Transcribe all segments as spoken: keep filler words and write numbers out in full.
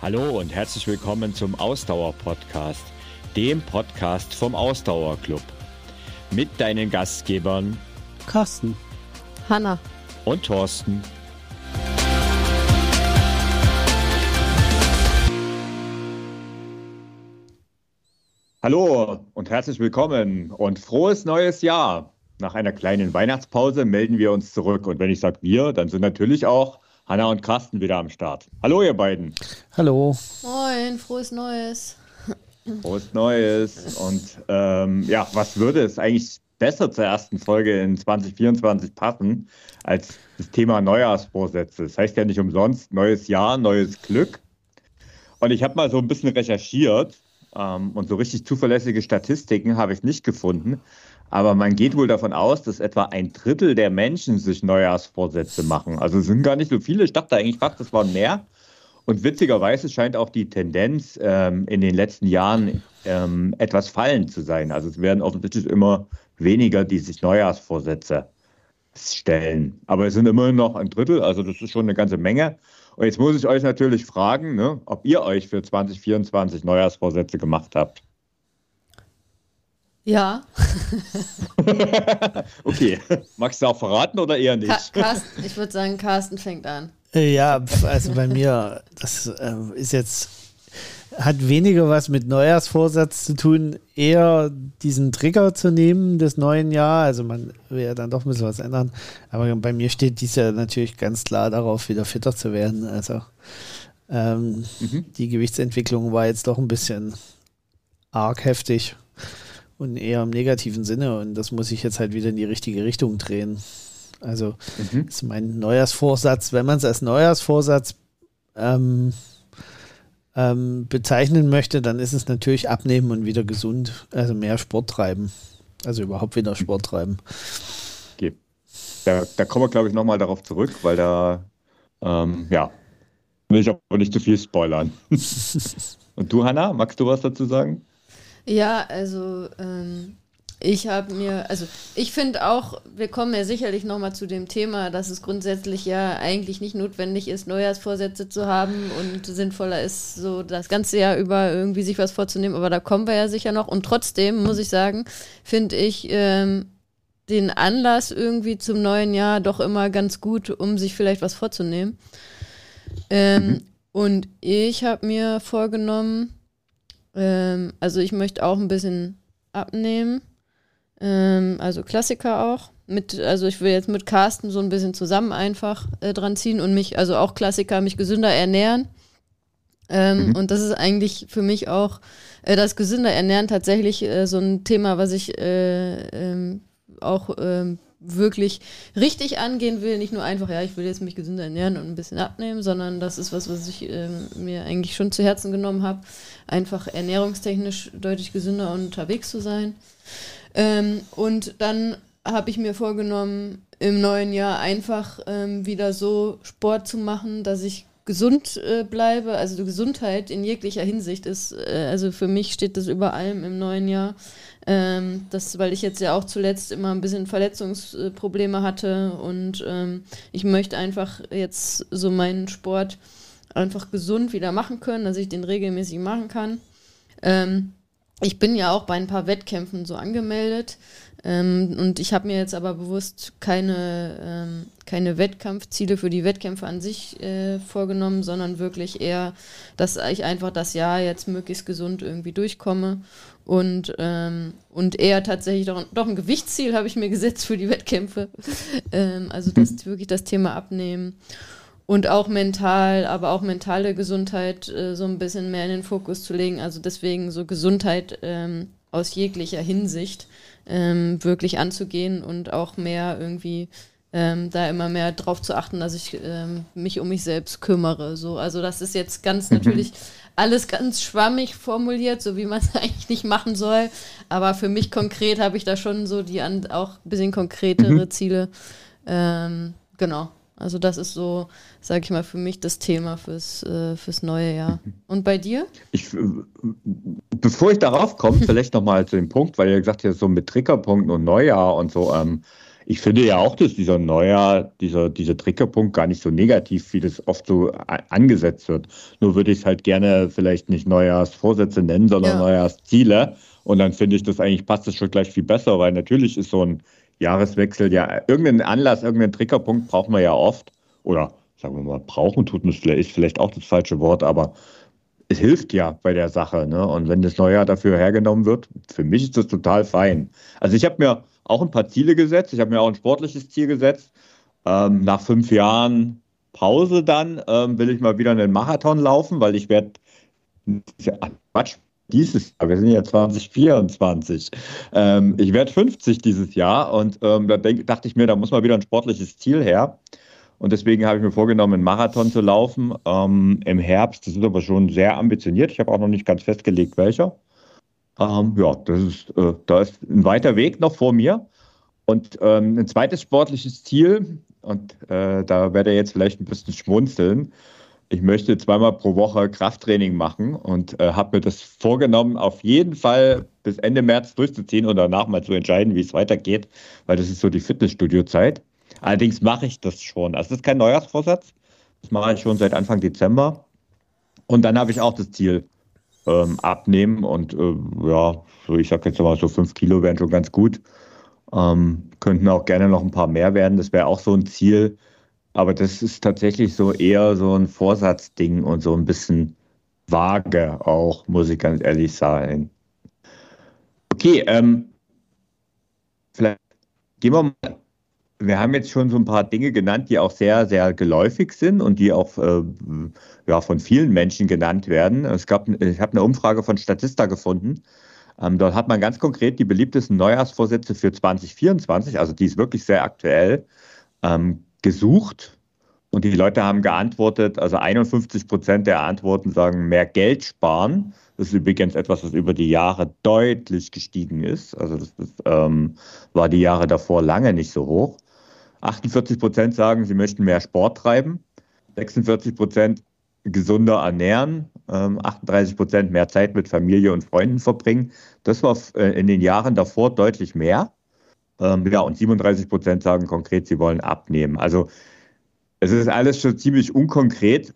Hallo und herzlich willkommen zum Ausdauer-Podcast, dem Podcast vom Ausdauerclub. Mit deinen Gastgebern Carsten, Hanna und Thorsten. Hallo und herzlich willkommen und frohes neues Jahr. Nach einer kleinen Weihnachtspause melden wir uns zurück. Und wenn ich sage wir, dann sind natürlich auch Hanna und Carsten wieder am Start. Hallo ihr beiden. Hallo. Moin, frohes Neues. Frohes Neues. Und ähm, ja, was würde es eigentlich besser zur ersten Folge in zwanzig vierundzwanzig passen als das Thema Neujahrsvorsätze? Das heißt ja nicht umsonst neues Jahr, neues Glück. Und ich habe mal so ein bisschen recherchiert ähm, und so richtig zuverlässige Statistiken habe ich nicht gefunden. Aber man geht wohl davon aus, dass etwa ein Drittel der Menschen sich Neujahrsvorsätze machen. Also es sind gar nicht so viele. Ich dachte eigentlich fast, das waren mehr. Und witzigerweise scheint auch die Tendenz ähm, in den letzten Jahren ähm, etwas fallend zu sein. Also es werden offensichtlich immer weniger, die sich Neujahrsvorsätze stellen. Aber es sind immerhin noch ein Drittel, also das ist schon eine ganze Menge. Und jetzt muss ich euch natürlich fragen, ne, ob ihr euch für zwanzig vierundzwanzig Neujahrsvorsätze gemacht habt. Ja. Okay, magst du auch verraten oder eher nicht? Ka- Carsten, ich würde sagen, Carsten fängt an. Ja, also bei mir, das äh, ist jetzt, hat weniger was mit Neujahrsvorsatz zu tun, eher diesen Trigger zu nehmen des neuen Jahr. Also man will ja dann doch ein bisschen was ändern. Aber bei mir steht dies ja natürlich ganz klar darauf, wieder fitter zu werden. Also ähm, mhm. die Gewichtsentwicklung war jetzt doch ein bisschen arg heftig. Und eher im negativen Sinne. Und das muss ich jetzt halt wieder in die richtige Richtung drehen. Also mhm. ist mein Neujahrsvorsatz, wenn man es als Neujahrsvorsatz ähm, ähm, bezeichnen möchte, dann ist es natürlich abnehmen und wieder gesund, also mehr Sport treiben. Also überhaupt wieder Sport treiben. Okay. Da, da kommen wir, glaube ich, nochmal darauf zurück, weil da, ähm, ja, will ich auch nicht zu viel spoilern. Und du, Hanna, magst du was dazu sagen? Ja, also ähm, ich habe mir, also ich finde auch, wir kommen ja sicherlich nochmal zu dem Thema, dass es grundsätzlich ja eigentlich nicht notwendig ist, Neujahrsvorsätze zu haben und sinnvoller ist, so das ganze Jahr über irgendwie sich was vorzunehmen, aber da kommen wir ja sicher noch. Und trotzdem muss ich sagen, finde ich ähm, den Anlass irgendwie zum neuen Jahr doch immer ganz gut, um sich vielleicht was vorzunehmen. Ähm, mhm. Und ich habe mir vorgenommen, also ich möchte auch ein bisschen abnehmen, ähm, also Klassiker auch. Mit, also ich will jetzt mit Carsten so ein bisschen zusammen einfach äh, dran ziehen und mich, also auch Klassiker, mich gesünder ernähren. Ähm, mhm. Und das ist eigentlich für mich auch äh, das gesünder Ernähren tatsächlich äh, so ein Thema, was ich äh, ähm, auch ähm, wirklich richtig angehen will, nicht nur einfach, ja, ich will jetzt mich gesünder ernähren und ein bisschen abnehmen, sondern das ist was, was ich ähm, mir eigentlich schon zu Herzen genommen habe, einfach ernährungstechnisch deutlich gesünder unterwegs zu sein. Ähm, und dann habe ich mir vorgenommen, im neuen Jahr einfach ähm, wieder so Sport zu machen, dass ich gesund äh, bleibe. Also die Gesundheit in jeglicher Hinsicht ist, äh, also für mich steht das über allem im neuen Jahr. Ähm, das, weil ich jetzt ja auch zuletzt immer ein bisschen Verletzungsprobleme hatte und ähm, ich möchte einfach jetzt so meinen Sport einfach gesund wieder machen können, dass ich den regelmäßig machen kann. Ähm, ich bin ja auch bei ein paar Wettkämpfen so angemeldet ähm, und ich habe mir jetzt aber bewusst keine, ähm, keine Wettkampfziele für die Wettkämpfe an sich äh, vorgenommen, sondern wirklich eher, dass ich einfach das Jahr jetzt möglichst gesund irgendwie durchkomme. Und, ähm, und eher tatsächlich doch, doch ein Gewichtsziel habe ich mir gesetzt für die Wettkämpfe. ähm, also das wirklich das Thema Abnehmen. Und auch mental, aber auch mentale Gesundheit äh, so ein bisschen mehr in den Fokus zu legen. Also deswegen so Gesundheit ähm, aus jeglicher Hinsicht ähm, wirklich anzugehen und auch mehr irgendwie ähm, da immer mehr drauf zu achten, dass ich ähm, mich um mich selbst kümmere. So. Also das ist jetzt ganz natürlich alles ganz schwammig formuliert, so wie man es eigentlich nicht machen soll. Aber für mich konkret habe ich da schon so die an, auch ein bisschen konkretere mhm. Ziele. Ähm, genau. Also das ist so, sage ich mal, für mich das Thema fürs, äh, fürs neue Jahr. Und bei dir? Ich, bevor ich darauf komme, vielleicht nochmal zu dem Punkt, weil ihr gesagt habt, so mit Triggerpunkten und Neujahr und so. Ähm, ich finde ja auch, dass dieser Neujahr, dieser, dieser Triggerpunkt gar nicht so negativ, wie das oft so a- angesetzt wird. Nur würde ich es halt gerne vielleicht nicht Neujahrsvorsätze nennen, sondern Ja. Neujahrsziele. Und dann finde ich das eigentlich, passt das schon gleich viel besser, weil natürlich ist so ein Jahreswechsel ja irgendeinen Anlass, irgendeinen Triggerpunkt braucht man ja oft. Oder sagen wir mal, brauchen tut man es vielleicht, ist vielleicht auch das falsche Wort, aber es hilft ja bei der Sache, ne? Und wenn das Neujahr dafür hergenommen wird, für mich ist das total fein. Also ich habe mir auch ein paar Ziele gesetzt. Ich habe mir auch ein sportliches Ziel gesetzt. Ähm, nach fünf Jahren Pause dann ähm, will ich mal wieder einen Marathon laufen, weil ich werde, ach, Quatsch, dieses Jahr, wir sind ja zwanzig vierundzwanzig, ähm, ich werde fünfzig dieses Jahr und ähm, da denk, dachte ich mir, da muss mal wieder ein sportliches Ziel her. Und deswegen habe ich mir vorgenommen, einen Marathon zu laufen ähm, im Herbst. Das ist aber schon sehr ambitioniert. Ich habe auch noch nicht ganz festgelegt, welcher. Ähm, ja, das ist, äh, da ist ein weiter Weg noch vor mir. Und ähm, ein zweites sportliches Ziel, und äh, da werde ich jetzt vielleicht ein bisschen schmunzeln. Ich möchte zweimal pro Woche Krafttraining machen und äh, habe mir das vorgenommen, auf jeden Fall bis Ende März durchzuziehen und danach mal zu entscheiden, wie es weitergeht, weil das ist so die Fitnessstudio-Zeit. Allerdings mache ich das schon. Also das ist kein Neujahrsvorsatz. Das mache ich schon seit Anfang Dezember. Und dann habe ich auch das Ziel, ähm, abnehmen. Und äh, ja, so ich sage jetzt mal, so fünf Kilo wären schon ganz gut. Ähm, könnten auch gerne noch ein paar mehr werden. Das wäre auch so ein Ziel. Aber das ist tatsächlich so eher so ein Vorsatzding und so ein bisschen vage auch, muss ich ganz ehrlich sagen. Okay, ähm, vielleicht gehen wir mal. Wir haben jetzt schon so ein paar Dinge genannt, die auch sehr, sehr geläufig sind und die auch äh, ja, von vielen Menschen genannt werden. Es gab, ich habe eine Umfrage von Statista gefunden. Ähm, dort hat man ganz konkret die beliebtesten Neujahrsvorsätze für zwanzig vierundzwanzig, also die ist wirklich sehr aktuell, ähm, gesucht. Und die Leute haben geantwortet, also einundfünfzig Prozent der Antworten sagen, mehr Geld sparen. Das ist übrigens etwas, was über die Jahre deutlich gestiegen ist. Also das, das ähm, war die Jahre davor lange nicht so hoch. achtundvierzig Prozent sagen, sie möchten mehr Sport treiben. sechsundvierzig Prozent gesunder ernähren. Ähm, achtunddreißig Prozent mehr Zeit mit Familie und Freunden verbringen. Das war äh, in den Jahren davor deutlich mehr. Ähm, ja, und siebenunddreißig Prozent sagen konkret, sie wollen abnehmen. Also es ist alles schon ziemlich unkonkret.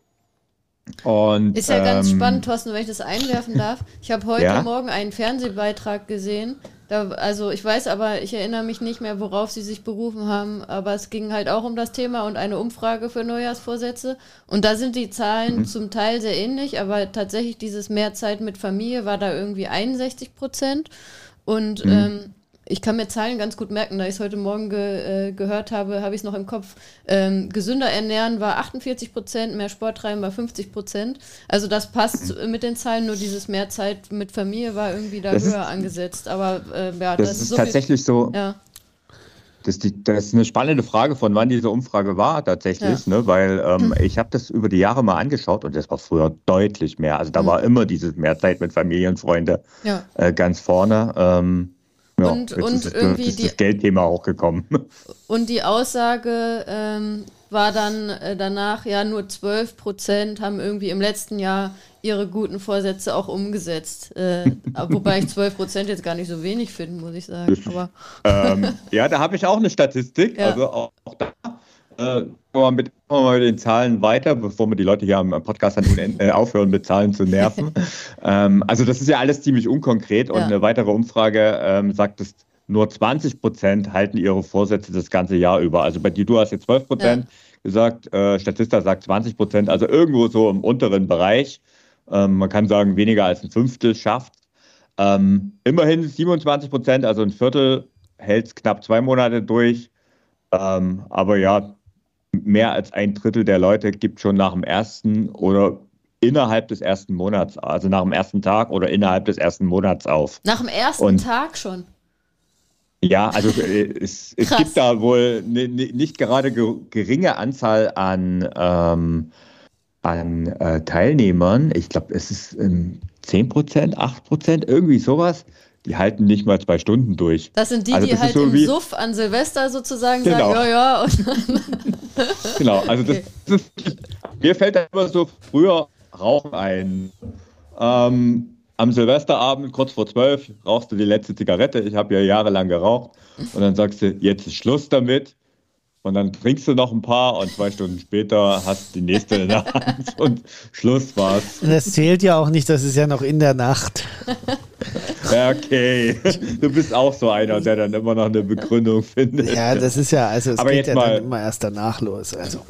Und, Ist ja ganz ähm, spannend, Thorsten, wenn ich das einwerfen darf. Ich habe heute Ja? Morgen einen Fernsehbeitrag gesehen. Da, also ich weiß aber, ich erinnere mich nicht mehr, worauf sie sich berufen haben, aber es ging halt auch um das Thema und eine Umfrage für Neujahrsvorsätze. Und da sind die Zahlen Mhm. zum Teil sehr ähnlich, aber tatsächlich dieses mehr Zeit mit Familie war da irgendwie einundsechzig Prozent. Und Mhm. ähm, ich kann mir Zahlen ganz gut merken, da ich es heute Morgen ge, äh, gehört habe, habe ich es noch im Kopf. Ähm, gesünder ernähren war achtundvierzig Prozent, mehr Sport treiben war fünfzig Prozent. Also das passt Mhm. mit den Zahlen, nur dieses mehr Zeit mit Familie war irgendwie da Das ist- höher angesetzt. Aber äh, ja, Das, das ist so viel, tatsächlich so, ja, das, ist die, das ist eine spannende Frage, von wann diese Umfrage war tatsächlich, ne? Weil ähm, ich habe das über die Jahre mal angeschaut und das war früher deutlich mehr. Also da Mhm. war immer dieses mehr Zeit mit Familie und Freunde ja. äh, ganz vorne. Ähm, ja, Und- jetzt und ist, das- irgendwie ist die- das Geldthema auch gekommen. Und die Aussage ähm, war dann äh, danach, ja, nur zwölf Prozent haben irgendwie im letzten Jahr ihre guten Vorsätze auch umgesetzt. Äh, wobei ich zwölf Prozent jetzt gar nicht so wenig finde, muss ich sagen. Aber ähm, ja, da habe ich auch eine Statistik. Ja. Also auch, auch da äh, kommen wir mit, kommen wir mit den Zahlen weiter, bevor wir die Leute hier am Podcast dann unend- äh, aufhören, mit Zahlen zu nerven. ähm, also das ist ja alles ziemlich unkonkret und Ja. eine weitere Umfrage ähm, sagt, dass nur zwanzig Prozent halten ihre Vorsätze das ganze Jahr über. Also bei dir, du hast jetzt zwölf Prozent gesagt, äh, Statista sagt zwanzig Prozent, also irgendwo so im unteren Bereich. Ähm, man kann sagen, weniger als ein Fünftel schafft. Ähm, immerhin siebenundzwanzig Prozent, also ein Viertel, hält es knapp zwei Monate durch. Ähm, aber ja, mehr als ein Drittel der Leute gibt schon nach dem ersten oder innerhalb des ersten Monats, also nach dem ersten Tag oder innerhalb des ersten Monats auf. nach dem ersten Und- Tag schon. Ja, also äh, es, es Krass. gibt da wohl ne, ne, nicht gerade ge geringe Anzahl an, ähm, an äh, Teilnehmern. Ich glaube, es ist ähm, zehn Prozent, acht Prozent, irgendwie sowas. Die halten nicht mal zwei Stunden durch. Das sind die, Also die das ist halt so im wie- Suff an Silvester sozusagen Genau. sagen, ja, ja. Und Genau, also das, Okay. das ist, mir fällt da immer so früher Rauchen ein. Ähm, am Silvesterabend, kurz vor zwölf, rauchst du die letzte Zigarette. Ich habe ja jahrelang geraucht. Und dann sagst du, jetzt ist Schluss damit. Und dann trinkst du noch ein paar und zwei Stunden später hast du die nächste in der Hand und Schluss war's. Und das zählt ja auch nicht, das ist ja noch in der Nacht. Okay, du bist auch so einer, der dann immer noch eine Begründung findet. Ja, das ist ja, also es Aber geht jetzt ja mal, dann immer erst danach los. Also.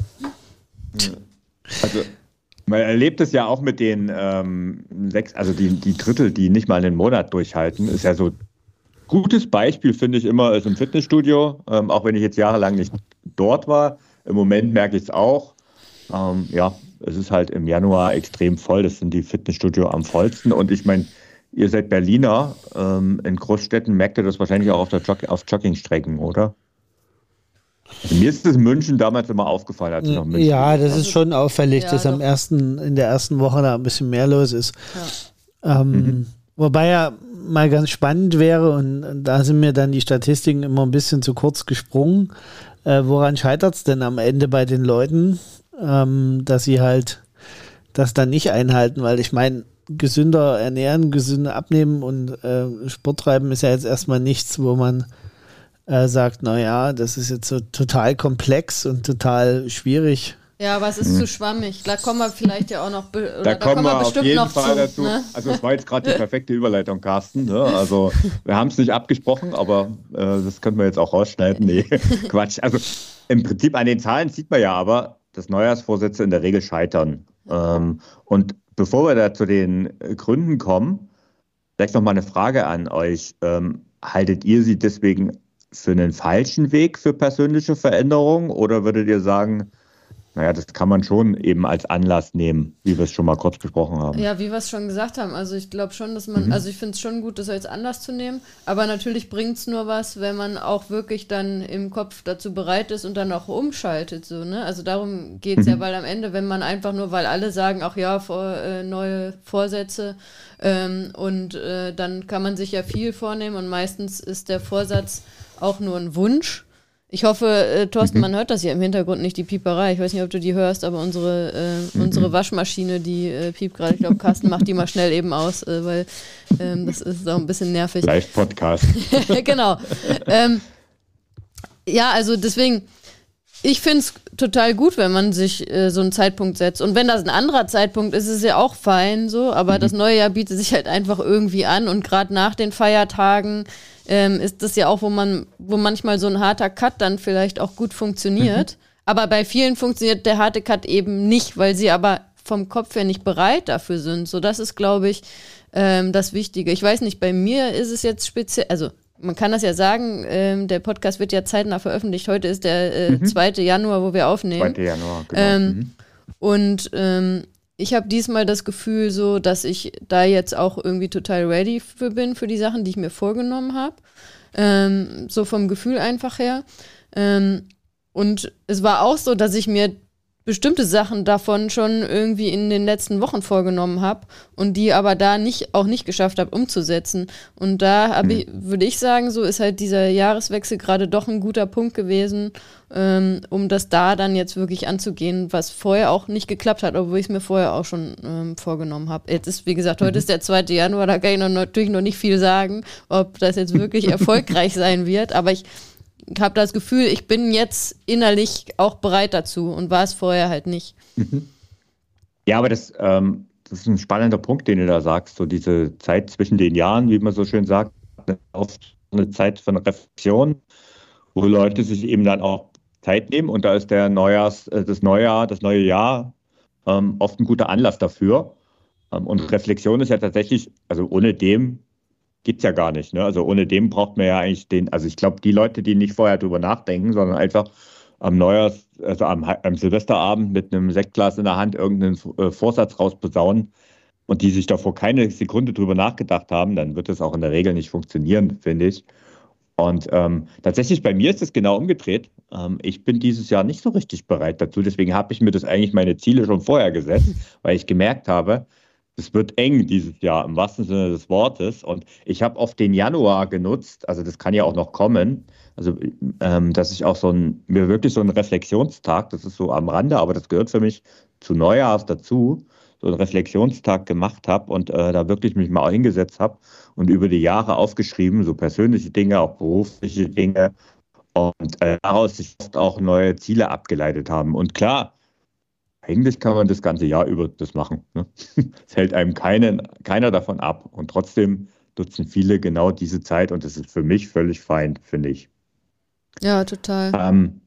also man erlebt es ja auch mit den ähm, sechs, also die, die Drittel, die nicht mal einen Monat durchhalten, ist ja so. Gutes Beispiel finde ich immer ist im Fitnessstudio, ähm, auch wenn ich jetzt jahrelang nicht dort war. Im Moment merke ich es auch. Ähm, ja, es ist halt im Januar extrem voll. Das sind die Fitnessstudio am vollsten. Und ich meine, ihr seid Berliner. Ähm, in Großstädten merkt ihr das wahrscheinlich auch auf, der Jog- auf Joggingstrecken, oder? Also mir ist das in München damals immer aufgefallen, als ich noch in München Ja, war. das ist schon auffällig, Ja, dass doch. am ersten, in der ersten Woche da ein bisschen mehr los ist. Ja. Ähm, Mhm. Wobei ja mal ganz spannend wäre, und da sind mir dann die Statistiken immer ein bisschen zu kurz gesprungen. Äh, woran scheitert es denn am Ende bei den Leuten, ähm, dass sie halt das dann nicht einhalten? Weil ich meine, gesünder ernähren, gesünder abnehmen und äh, Sport treiben ist ja jetzt erstmal nichts, wo man äh, sagt, naja, das ist jetzt so total komplex und total schwierig. Ja, aber es ist zu schwammig. Da kommen wir vielleicht ja auch noch, be- oder Da, da, kommen wir auf bestimmt jeden noch Fall zu. dazu. Ne? Also es war jetzt gerade die perfekte Überleitung, Carsten. Ne? Also wir haben es nicht abgesprochen, aber äh, das können wir jetzt auch rausschneiden. Nee, Quatsch. Also im Prinzip an den Zahlen sieht man ja aber, dass Neujahrsvorsätze in der Regel scheitern. Ähm, und bevor wir da zu den äh, Gründen kommen, vielleicht noch mal eine Frage an euch. Ähm, haltet ihr sie deswegen für einen falschen Weg für persönliche Veränderung oder würdet ihr sagen, naja, das kann man schon eben als Anlass nehmen, wie wir es schon mal kurz besprochen haben. Ja, wie wir es schon gesagt haben. Also ich glaube schon, dass man, Mhm. also ich finde es schon gut, das als Anlass zu nehmen, aber natürlich bringt es nur was, wenn man auch wirklich dann im Kopf dazu bereit ist und dann auch umschaltet. So, ne? Also darum geht es Mhm. ja, weil am Ende, wenn man einfach nur, weil alle sagen, ach ja, vor, äh, neue Vorsätze ähm, und äh, dann kann man sich ja viel vornehmen und meistens ist der Vorsatz auch nur ein Wunsch. Ich hoffe, äh, Thorsten, Mhm. man hört das hier im Hintergrund nicht, die Pieperei. Ich weiß nicht, ob du die hörst, aber unsere, äh, Mhm. unsere Waschmaschine, die äh, piept gerade. Ich glaube, Carsten macht die mal schnell eben aus, äh, weil ähm, das ist auch ein bisschen nervig. Live-Podcast. Genau. Ähm, ja, also deswegen, ich finde es total gut, wenn man sich äh, so einen Zeitpunkt setzt. Und wenn das ein anderer Zeitpunkt ist, ist es ja auch fein so, aber Mhm. das neue Jahr bietet sich halt einfach irgendwie an und gerade nach den Feiertagen ähm, ist das ja auch, wo man, wo manchmal so ein harter Cut dann vielleicht auch gut funktioniert. Mhm. Aber bei vielen funktioniert der harte Cut eben nicht, weil sie aber vom Kopf her nicht bereit dafür sind. So, das ist, glaube ich, ähm, das Wichtige. Ich weiß nicht, bei mir ist es jetzt speziell, also man kann das ja sagen, ähm, der Podcast wird ja zeitnah veröffentlicht. Heute ist der äh, Mhm. zweite Januar, wo wir aufnehmen. zweiten Januar, genau. Ähm, Mhm. Und ähm, ich habe diesmal das Gefühl so, dass ich da jetzt auch irgendwie total ready für bin, für die Sachen, die ich mir vorgenommen habe. Ähm, so vom Gefühl einfach her. Ähm, und es war auch so, dass ich mir bestimmte Sachen davon schon irgendwie in den letzten Wochen vorgenommen habe und die aber da nicht auch nicht geschafft habe umzusetzen. Und da habe ich, würde ich sagen, so ist halt dieser Jahreswechsel gerade doch ein guter Punkt gewesen, ähm, um das da dann jetzt wirklich anzugehen, was vorher auch nicht geklappt hat, obwohl ich es mir vorher auch schon ähm, vorgenommen habe. Jetzt ist, wie gesagt, heute ist der zweite Januar, da kann ich noch, natürlich noch nicht viel sagen, ob das jetzt wirklich erfolgreich sein wird, aber ich habe das Gefühl, ich bin jetzt innerlich auch bereit dazu und war es vorher halt nicht. Ja, aber das, ähm, das ist ein spannender Punkt, den du da sagst. So diese Zeit zwischen den Jahren, wie man so schön sagt, oft eine Zeit von Reflexion, wo Leute sich eben dann auch Zeit nehmen. Und da ist der Neujahrs, äh, das Neujahr, das neue Jahr ähm, oft ein guter Anlass dafür. Ähm, und Reflexion ist ja tatsächlich, also ohne dem geht's ja gar nicht. Ne? Also ohne dem braucht man ja eigentlich den, also ich glaube, die Leute, die nicht vorher drüber nachdenken, sondern einfach am Neujahrs, also am, am Silvesterabend mit einem Sektglas in der Hand irgendeinen äh, Vorsatz rausposaunen und die sich davor keine Sekunde drüber nachgedacht haben, dann wird das auch in der Regel nicht funktionieren, finde ich. Und ähm, tatsächlich bei mir ist es genau umgedreht. Ähm, ich bin dieses Jahr nicht so richtig bereit dazu. Deswegen habe ich mir das eigentlich meine Ziele schon vorher gesetzt, weil ich gemerkt habe, es wird eng dieses Jahr im wahrsten Sinne des Wortes. Und ich habe oft den Januar genutzt, also das kann ja auch noch kommen, also ähm, dass ich auch so ein, mir wirklich so einen Reflexionstag, das ist so am Rande, aber das gehört für mich zu Neujahrs dazu, so einen Reflexionstag gemacht habe und äh, da wirklich mich mal hingesetzt habe und über die Jahre aufgeschrieben, so persönliche Dinge, auch berufliche Dinge und äh, daraus sich oft auch neue Ziele abgeleitet haben. Und klar, eigentlich kann man das ganze Jahr über das machen. Ne? Es hält einem keinen, keiner davon ab und trotzdem nutzen viele genau diese Zeit und das ist für mich völlig fein, finde ich. Ja, total. Ähm,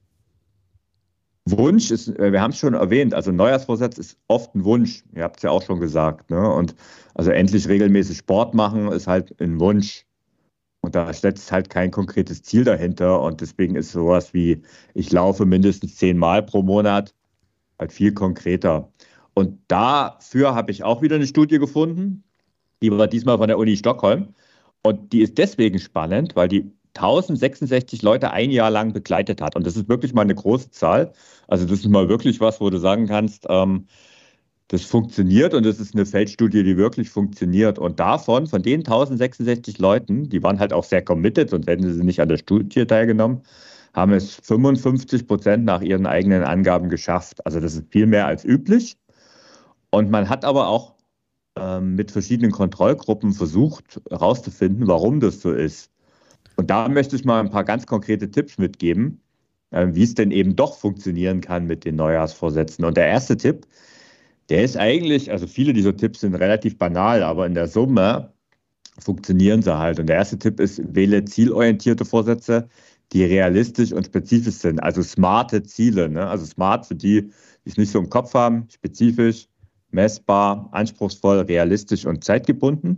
Wunsch ist, äh, wir haben es schon erwähnt, also Neujahrsvorsatz ist oft ein Wunsch. Ihr habt es ja auch schon gesagt. Ne? Und also endlich regelmäßig Sport machen ist halt ein Wunsch. Und da setzt halt kein konkretes Ziel dahinter. Und deswegen ist sowas wie, ich laufe mindestens zehnmal pro Monat halt viel konkreter. Und dafür habe ich auch wieder eine Studie gefunden. Die war diesmal von der Uni Stockholm. Und die ist deswegen spannend, weil die tausendsechsundsechzig Leute ein Jahr lang begleitet hat. Und das ist wirklich mal eine große Zahl. Also das ist mal wirklich was, wo du sagen kannst, ähm, das funktioniert und das ist eine Feldstudie, die wirklich funktioniert. Und davon, von den tausendsechsundsechzig Leuten, die waren halt auch sehr committed, sonst hätten sie nicht an der Studie teilgenommen, haben es fünfundfünfzig Prozent nach ihren eigenen Angaben geschafft. Also das ist viel mehr als üblich. Und man hat aber auch ähm, mit verschiedenen Kontrollgruppen versucht herauszufinden, warum das so ist. Und da möchte ich mal ein paar ganz konkrete Tipps mitgeben, äh, wie es denn eben doch funktionieren kann mit den Neujahrsvorsätzen. Und der erste Tipp, der ist eigentlich, also viele dieser Tipps sind relativ banal, aber in der Summe funktionieren sie halt. Und der erste Tipp ist, wähle zielorientierte Vorsätze, die realistisch und spezifisch sind, also smarte Ziele. Ne? Also smart für die, die es nicht so im Kopf haben, spezifisch, messbar, anspruchsvoll, realistisch und zeitgebunden.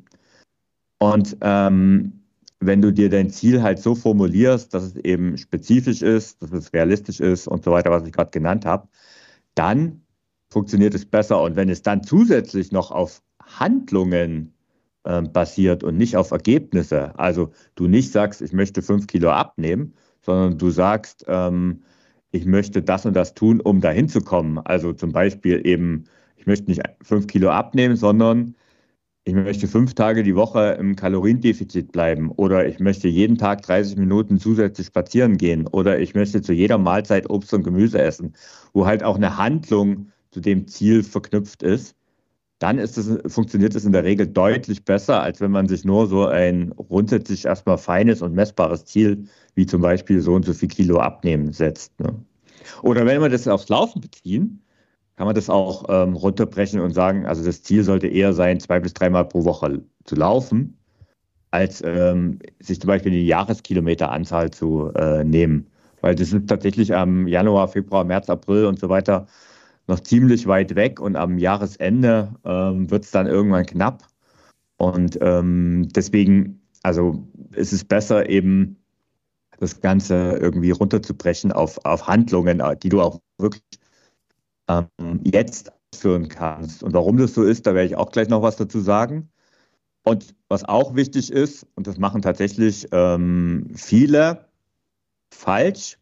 Und ähm, wenn du dir dein Ziel halt so formulierst, dass es eben spezifisch ist, dass es realistisch ist und so weiter, was ich gerade genannt habe, dann funktioniert es besser. Und wenn es dann zusätzlich noch auf Handlungen äh, basiert und nicht auf Ergebnisse, also du nicht sagst, ich möchte fünf Kilo abnehmen, sondern du sagst, ähm, ich möchte das und das tun, um dahin zu kommen. Also zum Beispiel eben, ich möchte nicht fünf Kilo abnehmen, sondern ich möchte fünf Tage die Woche im Kaloriendefizit bleiben oder ich möchte jeden Tag dreißig Minuten zusätzlich spazieren gehen oder ich möchte zu jeder Mahlzeit Obst und Gemüse essen, wo halt auch eine Handlung zu dem Ziel verknüpft ist, dann ist es, funktioniert es in der Regel deutlich besser, als wenn man sich nur so ein grundsätzlich erstmal feines und messbares Ziel, wie zum Beispiel so und so viel Kilo abnehmen, setzt. Ne? Oder wenn wir das aufs Laufen beziehen, kann man das auch ähm, runterbrechen und sagen, also das Ziel sollte eher sein, zwei bis dreimal pro Woche zu laufen, als ähm, sich zum Beispiel die Jahreskilometeranzahl zu äh, nehmen. Weil das ist tatsächlich am Januar, Februar, März, April und so weiter noch ziemlich weit weg und am Jahresende ähm, wird es dann irgendwann knapp. Und ähm, deswegen, also ist es besser eben das Ganze irgendwie runterzubrechen auf, auf Handlungen, die du auch wirklich ähm, jetzt ausführen kannst. Und warum das so ist, da werde ich auch gleich noch was dazu sagen. Und was auch wichtig ist, und das machen tatsächlich ähm, viele falsch,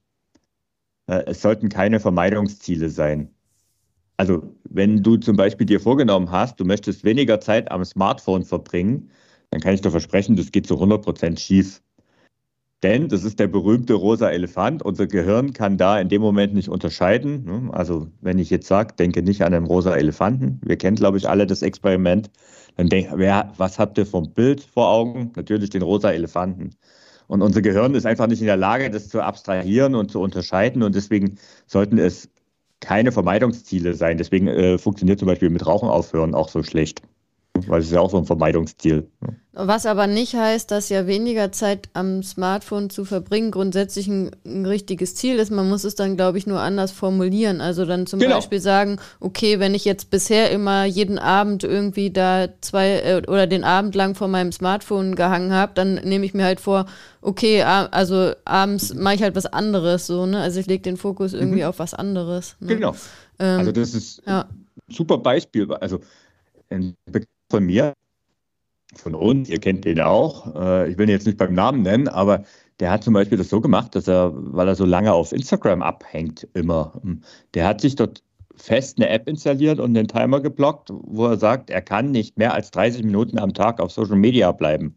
äh, es sollten keine Vermeidungsziele sein. Also wenn du zum Beispiel dir vorgenommen hast, du möchtest weniger Zeit am Smartphone verbringen, dann kann ich dir versprechen, das geht zu hundert Prozent schief. Denn das ist der berühmte rosa Elefant. Unser Gehirn kann da in dem Moment nicht unterscheiden. Also wenn ich jetzt sage, denke nicht an einen rosa Elefanten. Wir kennen, glaube ich, alle das Experiment. Dann denk, wer, was habt ihr vom Bild vor Augen? Natürlich den rosa Elefanten. Und unser Gehirn ist einfach nicht in der Lage, das zu abstrahieren und zu unterscheiden. Und deswegen sollten es keine Vermeidungsziele sein. Deswegen äh, funktioniert zum Beispiel mit Rauchen aufhören auch so schlecht. Weil es ist ja auch so ein Vermeidungsziel. Was aber nicht heißt, dass ja weniger Zeit am Smartphone zu verbringen grundsätzlich ein, ein richtiges Ziel ist. Man muss es dann, glaube ich, nur anders formulieren. Also dann zum Genau. Beispiel sagen, okay, wenn ich jetzt bisher immer jeden Abend irgendwie da zwei äh, oder den Abend lang vor meinem Smartphone gehangen habe, dann nehme ich mir halt vor, okay, a- also abends mache ich halt was anderes. So, ne? Also ich lege den Fokus irgendwie Mhm. auf was anderes. Ne? Genau. Ähm, Also das ist ja. ein super Beispiel. Also ein Bekannter von mir, von uns, ihr kennt den auch, äh, ich will ihn jetzt nicht beim Namen nennen, aber der hat zum Beispiel das so gemacht, dass er, weil er so lange auf Instagram abhängt immer, der hat sich dort fest eine App installiert und den Timer geblockt, wo er sagt, er kann nicht mehr als dreißig Minuten am Tag auf Social Media bleiben.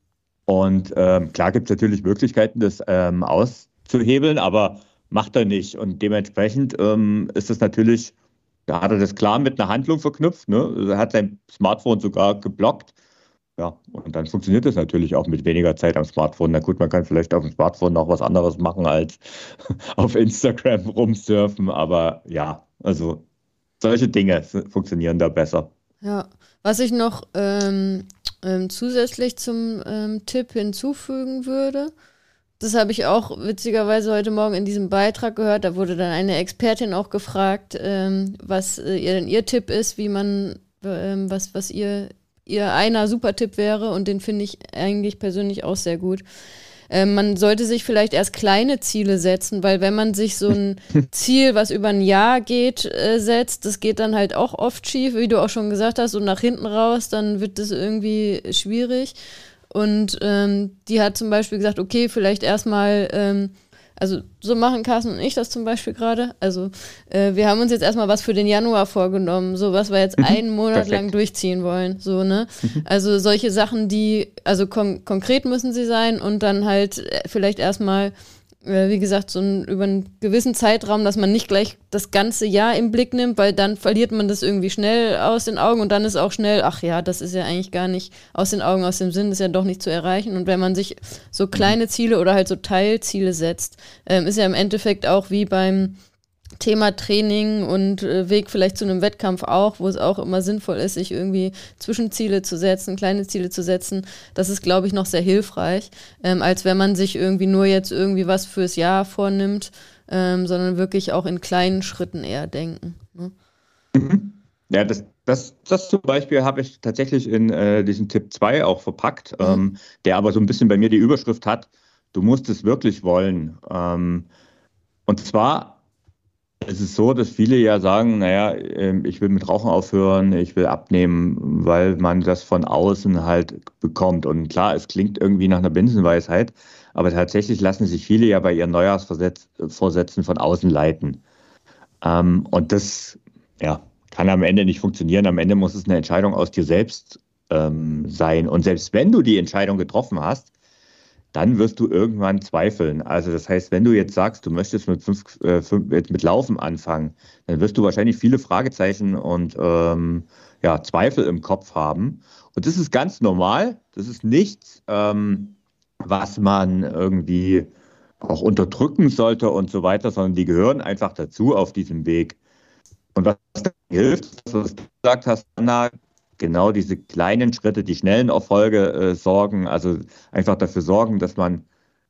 Und ähm, klar gibt es natürlich Möglichkeiten, das ähm, auszuhebeln, aber macht er nicht. Und dementsprechend ähm, ist es natürlich Da hat er das klar mit einer Handlung verknüpft, ne? Er hat sein Smartphone sogar geblockt. Ja, und dann funktioniert das natürlich auch mit weniger Zeit am Smartphone. Na gut, man kann vielleicht auf dem Smartphone noch was anderes machen als auf Instagram rumsurfen, aber ja, also solche Dinge funktionieren da besser. Ja, was ich noch ähm, ähm, zusätzlich zum ähm, Tipp hinzufügen würde, das habe ich auch witzigerweise heute Morgen in diesem Beitrag gehört, da wurde dann eine Expertin auch gefragt, ähm, was äh, ihr denn ihr Tipp ist, wie man, ähm, was, was ihr, ihr einer super Tipp wäre, und den finde ich eigentlich persönlich auch sehr gut. Ähm, man sollte sich vielleicht erst kleine Ziele setzen, weil wenn man sich so ein Ziel, was über ein Jahr geht, äh, setzt, das geht dann halt auch oft schief, wie du auch schon gesagt hast, und nach hinten raus, dann wird das irgendwie schwierig. Und ähm, die hat zum Beispiel gesagt, okay, vielleicht erstmal, ähm, also so machen Carsten und ich das zum Beispiel gerade. Also äh, wir haben uns jetzt erstmal was für den Januar vorgenommen, so was wir jetzt einen Monat Perfekt. lang durchziehen wollen. So, ne? Also solche Sachen, die, also kon- konkret müssen sie sein, und dann halt äh, vielleicht erstmal, äh, wie gesagt, so ein, über einen gewissen Zeitraum, dass man nicht gleich das ganze Jahr im Blick nimmt, weil dann verliert man das irgendwie schnell aus den Augen, und dann ist auch schnell, ach ja, das ist ja eigentlich gar nicht aus den Augen, aus dem Sinn, das ist ja doch nicht zu erreichen. Und wenn man sich so kleine Ziele oder halt so Teilziele setzt, ähm, ist ja im Endeffekt auch wie beim Thema Training und äh, Weg vielleicht zu einem Wettkampf auch, wo es auch immer sinnvoll ist, sich irgendwie Zwischenziele zu setzen, kleine Ziele zu setzen. Das ist, glaube ich, noch sehr hilfreich, ähm, als wenn man sich irgendwie nur jetzt irgendwie was fürs Jahr vornimmt, ähm, sondern wirklich auch in kleinen Schritten eher denken. Ne? Mhm. Ja, das, das, das zum Beispiel habe ich tatsächlich in äh, diesen Tipp zwei auch verpackt, Mhm. ähm, der aber so ein bisschen bei mir die Überschrift hat, du musst es wirklich wollen. Ähm, und zwar es ist so, dass viele ja sagen, naja, ähm, ich will mit Rauchen aufhören, ich will abnehmen, weil man das von außen halt bekommt. Und klar, es klingt irgendwie nach einer Binsenweisheit, aber tatsächlich lassen sich viele ja bei ihren Neujahrsvorsätzen von außen leiten. Ähm, und das, ja, kann am Ende nicht funktionieren. Am Ende muss es eine Entscheidung aus dir selbst ähm, sein. Und selbst wenn du die Entscheidung getroffen hast, dann wirst du irgendwann zweifeln. Also das heißt, wenn du jetzt sagst, du möchtest mit, fünf, äh, fünf, mit Laufen anfangen, dann wirst du wahrscheinlich viele Fragezeichen und ähm, ja, Zweifel im Kopf haben. Und das ist ganz normal. Das ist nichts, ähm, was man irgendwie auch unterdrücken sollte und so weiter, sondern die gehören einfach dazu auf diesem Weg. Und was da hilft, was du gesagt hast, Anna, genau diese kleinen Schritte, die schnellen Erfolge äh, sorgen, also einfach dafür sorgen, dass man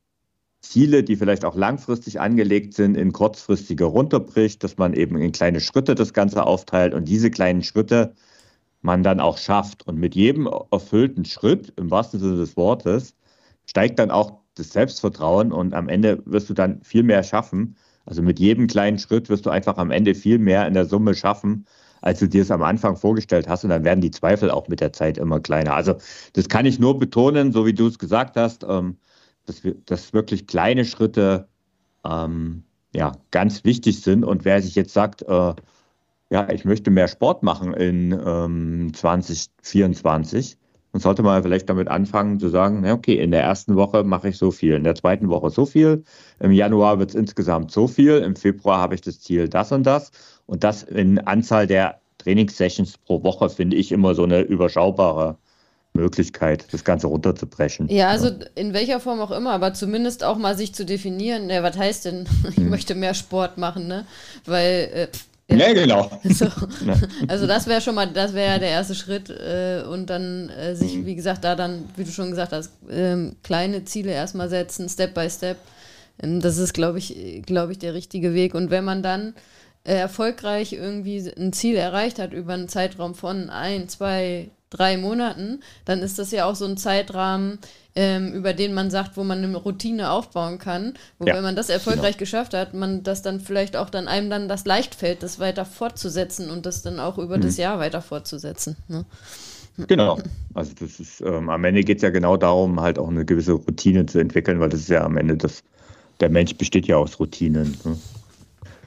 Ziele, die vielleicht auch langfristig angelegt sind, in kurzfristige runterbricht, dass man eben in kleine Schritte das Ganze aufteilt und diese kleinen Schritte man dann auch schafft. Und mit jedem erfüllten Schritt, im wahrsten Sinne des Wortes, steigt dann auch das Selbstvertrauen und am Ende wirst du dann viel mehr schaffen. Also mit jedem kleinen Schritt wirst du einfach am Ende viel mehr in der Summe schaffen, als du dir es am Anfang vorgestellt hast. Und dann werden die Zweifel auch mit der Zeit immer kleiner. Also das kann ich nur betonen, so wie du es gesagt hast, ähm, dass, wir, dass wirklich kleine Schritte ähm, ja, ganz wichtig sind. Und wer sich jetzt sagt, äh, ja, ich möchte mehr Sport machen in ähm, zwanzig vierundzwanzig, dann sollte man vielleicht damit anfangen zu sagen, na okay, in der ersten Woche mache ich so viel, in der zweiten Woche so viel, im Januar wird es insgesamt so viel, im Februar habe ich das Ziel das und das und das in Anzahl der Trainingssessions pro Woche finde ich immer so eine überschaubare Möglichkeit, das Ganze runterzubrechen. Ja, also in welcher Form auch immer, aber zumindest auch mal sich zu definieren, ja, was heißt denn, ich Hm. möchte mehr Sport machen, ne? Weil, äh, Ja, genau. so, also das wäre schon mal, das wäre ja der erste Schritt äh, und dann äh, sich, Mhm. wie gesagt, da dann, wie du schon gesagt hast, ähm, kleine Ziele erstmal setzen, Step by Step. Ähm, das ist, glaube ich, glaube ich, der richtige Weg. Und wenn man dann äh, erfolgreich irgendwie ein Ziel erreicht hat über einen Zeitraum von ein, zwei, drei Monaten, dann ist das ja auch so ein Zeitrahmen, ähm, über den man sagt, wo man eine Routine aufbauen kann, wo Ja, wenn man das erfolgreich genau. geschafft hat, man das dann vielleicht auch dann einem dann das leicht fällt, das weiter fortzusetzen und das dann auch über das Mhm. Jahr weiter fortzusetzen. Ne? Genau. Also das ist, ähm, am Ende geht es ja genau darum, halt auch eine gewisse Routine zu entwickeln, weil das ist ja am Ende das, der Mensch besteht ja aus Routinen. Ne?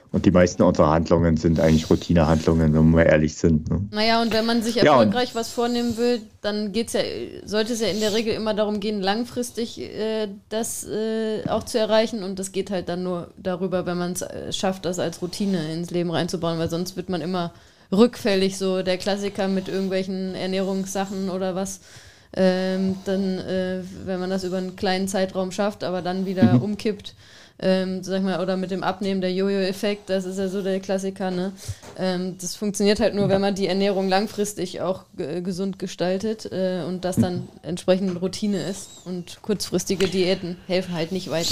Und die meisten unserer Handlungen sind eigentlich Routinehandlungen, wenn wir ehrlich sind. Ne? Naja, und wenn man sich Ja, erfolgreich was vornehmen will, dann geht's ja, sollte es ja in der Regel immer darum gehen, langfristig äh, das äh, auch zu erreichen. Und das geht halt dann nur darüber, wenn man es äh, schafft, das als Routine ins Leben reinzubauen, weil sonst wird man immer rückfällig, so der Klassiker mit irgendwelchen Ernährungssachen oder was. Ähm, dann, äh, wenn man das über einen kleinen Zeitraum schafft, aber dann wieder Mhm. umkippt, ähm, sag mal, oder mit dem Abnehmen, der Jojo-Effekt, das ist ja so der Klassiker, ne? Ähm, das funktioniert halt nur, wenn man die Ernährung langfristig auch g- gesund gestaltet äh, und das dann entsprechend Routine ist. Und kurzfristige Diäten helfen halt nicht weiter,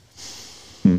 ne?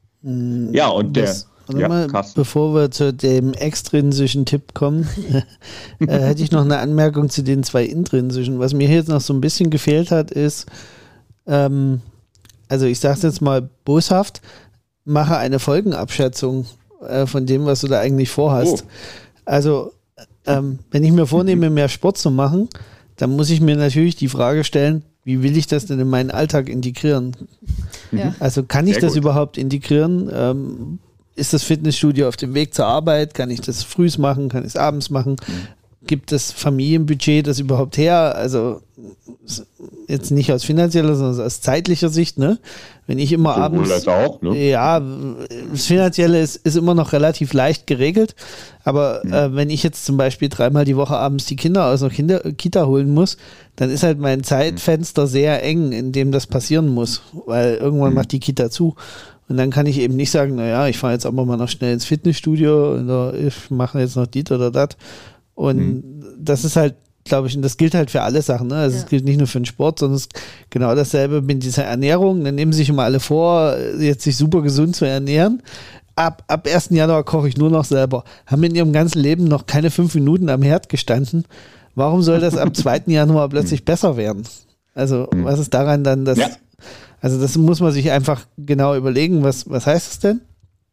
Ja, und der, Das, warte ja, mal, krass. bevor wir zu dem extrinsischen Tipp kommen, äh, hätte ich noch eine Anmerkung zu den zwei intrinsischen. Was mir hier jetzt noch so ein bisschen gefehlt hat, ist, ähm, also ich sage es jetzt mal boshaft, mache eine Folgenabschätzung äh, von dem, was du da eigentlich vorhast. Oh. Also ähm, wenn ich mir vornehme, mehr Sport zu machen, dann muss ich mir natürlich die Frage stellen, wie will ich das denn in meinen Alltag integrieren? Ja. Also kann ich Sehr das gut. überhaupt integrieren? Ähm, ist das Fitnessstudio auf dem Weg zur Arbeit? Kann ich das frühs machen? Kann ich es abends machen? Gibt das Familienbudget das überhaupt her? Also s- jetzt nicht aus finanzieller, sondern aus zeitlicher Sicht, ne? Wenn ich immer Sowohl abends... als auch, ne? Ja, das Finanzielle ist, ist immer noch relativ leicht geregelt, aber äh, wenn ich jetzt zum Beispiel dreimal die Woche abends die Kinder aus der Kinder Kita holen muss, dann ist halt mein Zeitfenster sehr eng, in dem das passieren muss, weil irgendwann macht die Kita zu. Und dann kann ich eben nicht sagen, naja, ich fahre jetzt aber mal noch schnell ins Fitnessstudio oder ich mache jetzt noch dies oder das. Und das ist halt, glaube ich, und das gilt halt für alle Sachen. Ne? Also Ja. es gilt nicht nur für den Sport, sondern es ist genau dasselbe mit dieser Ernährung. Dann nehmen sich immer alle vor, jetzt sich super gesund zu ernähren. Ab, ab ersten Januar koche ich nur noch selber. Haben in ihrem ganzen Leben noch keine fünf Minuten am Herd gestanden. Warum soll das ab zweiten Januar plötzlich besser werden? Also was ist daran dann das? Ja. Also das muss man sich einfach genau überlegen, was, was heißt es denn?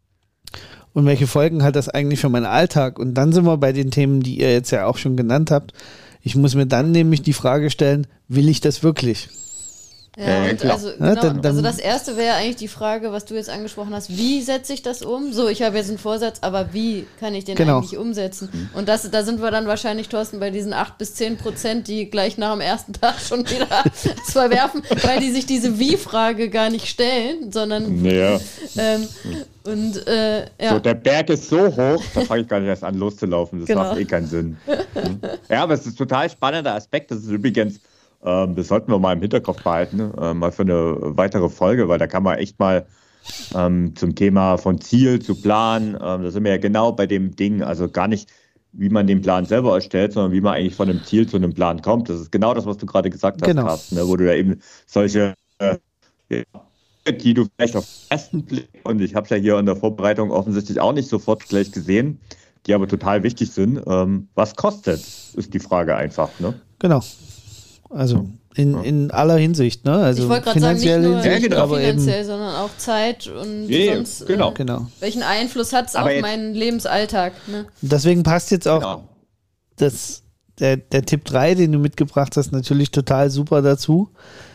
Und welche Folgen hat das eigentlich für meinen Alltag? Und dann sind wir bei den Themen, die ihr jetzt ja auch schon genannt habt. Ich muss mir dann nämlich die Frage stellen, will ich das wirklich? Ja, Ja, und klar. also, Ja, genau, dann- dann- also das erste wäre eigentlich die Frage, was du jetzt angesprochen hast, wie setze ich das um? So, ich habe jetzt einen Vorsatz, aber wie kann ich den Genau. eigentlich umsetzen? Und das, da sind wir dann wahrscheinlich, Thorsten, bei diesen acht bis zehn Prozent, die gleich nach dem ersten Tag schon wieder das verwerfen, weil die sich diese Wie-Frage gar nicht stellen, sondern Ja. ähm, und äh, ja. So, der Berg ist so hoch, da fange ich gar nicht erst an loszulaufen. Das Genau. macht eh keinen Sinn. Hm. Ja, aber es ist ein total spannender Aspekt. Das ist übrigens, ähm, das sollten wir mal im Hinterkopf behalten, äh, mal für eine weitere Folge, weil da kann man echt mal ähm, zum Thema von Ziel zu Plan, ähm, da sind wir ja genau bei dem Ding, also gar nicht, wie man den Plan selber erstellt, sondern wie man eigentlich von einem Ziel zu einem Plan kommt. Das ist genau das, was du gerade gesagt hast, Genau. Carsten, ne, wo du ja eben solche äh, ja, die du vielleicht auf den ersten Blick, und ich habe es ja hier in der Vorbereitung offensichtlich auch nicht sofort gleich gesehen, die aber total wichtig sind. Ähm, was kostet, ist die Frage einfach. Ne? Genau. Also in, in aller Hinsicht, ne? Also Ich wollte gerade sagen, nicht finanzielle nur, Hinsicht, nicht nur genau. aber eben finanziell, sondern auch Zeit und Ja, ja, sonst, genau. Äh, genau. welchen Einfluss hat es Aber auf jetzt- meinen Lebensalltag? Ne? Deswegen passt jetzt auch Genau. das, der, der Tipp drei, den du mitgebracht hast, natürlich total super dazu.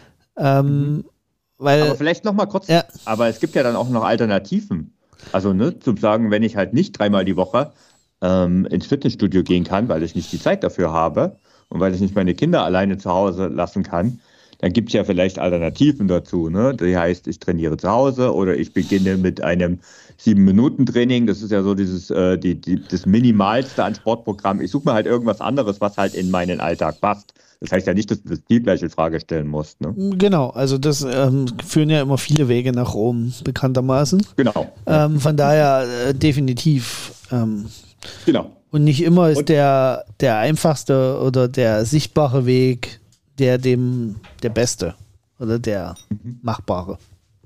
Ähm, weil, Aber vielleicht noch mal kurz, Ja. aber es gibt ja dann auch noch Alternativen. Also ne, zu sagen, wenn ich halt nicht dreimal die Woche ähm, ins Fitnessstudio gehen kann, weil ich nicht die Zeit dafür habe und weil ich nicht meine Kinder alleine zu Hause lassen kann, dann gibt es ja vielleicht Alternativen dazu. Ne? Das heißt, ich trainiere zu Hause oder ich beginne mit einem sieben-Minuten-Training. Das ist ja so dieses äh, die, die, das Minimalste an Sportprogramm. Ich suche mir halt irgendwas anderes, was halt in meinen Alltag passt. Das heißt ja nicht, dass du das die gleiche Frage stellen musst. Ne? genau, also das ähm, führen ja immer viele Wege nach Rom, bekanntermaßen. Genau, Ähm, von daher äh, definitiv. Ähm, genau. und nicht immer ist Und- der, der einfachste oder der sichtbare Weg der dem der beste oder der machbare.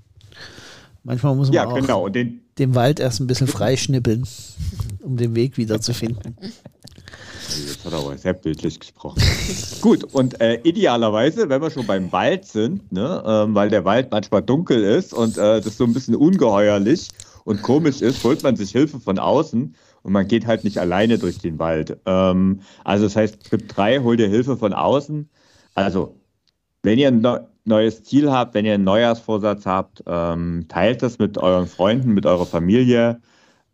Manchmal muss man Ja, auch genau. Und den, den Wald erst ein bisschen freischnippeln, um den Weg wieder zu finden. Das hat aber sehr bildlich gesprochen. Gut, und äh, idealerweise, wenn wir schon beim Wald sind, ne, ähm, weil der Wald manchmal dunkel ist und äh, das so ein bisschen ungeheuerlich und komisch ist, holt man sich Hilfe von außen und man geht halt nicht alleine durch den Wald. Ähm, also das heißt, Tipp drei, hol dir Hilfe von außen. Also, wenn ihr ein neu- neues Ziel habt, wenn ihr einen Neujahrsvorsatz habt, ähm, teilt das mit euren Freunden, mit eurer Familie.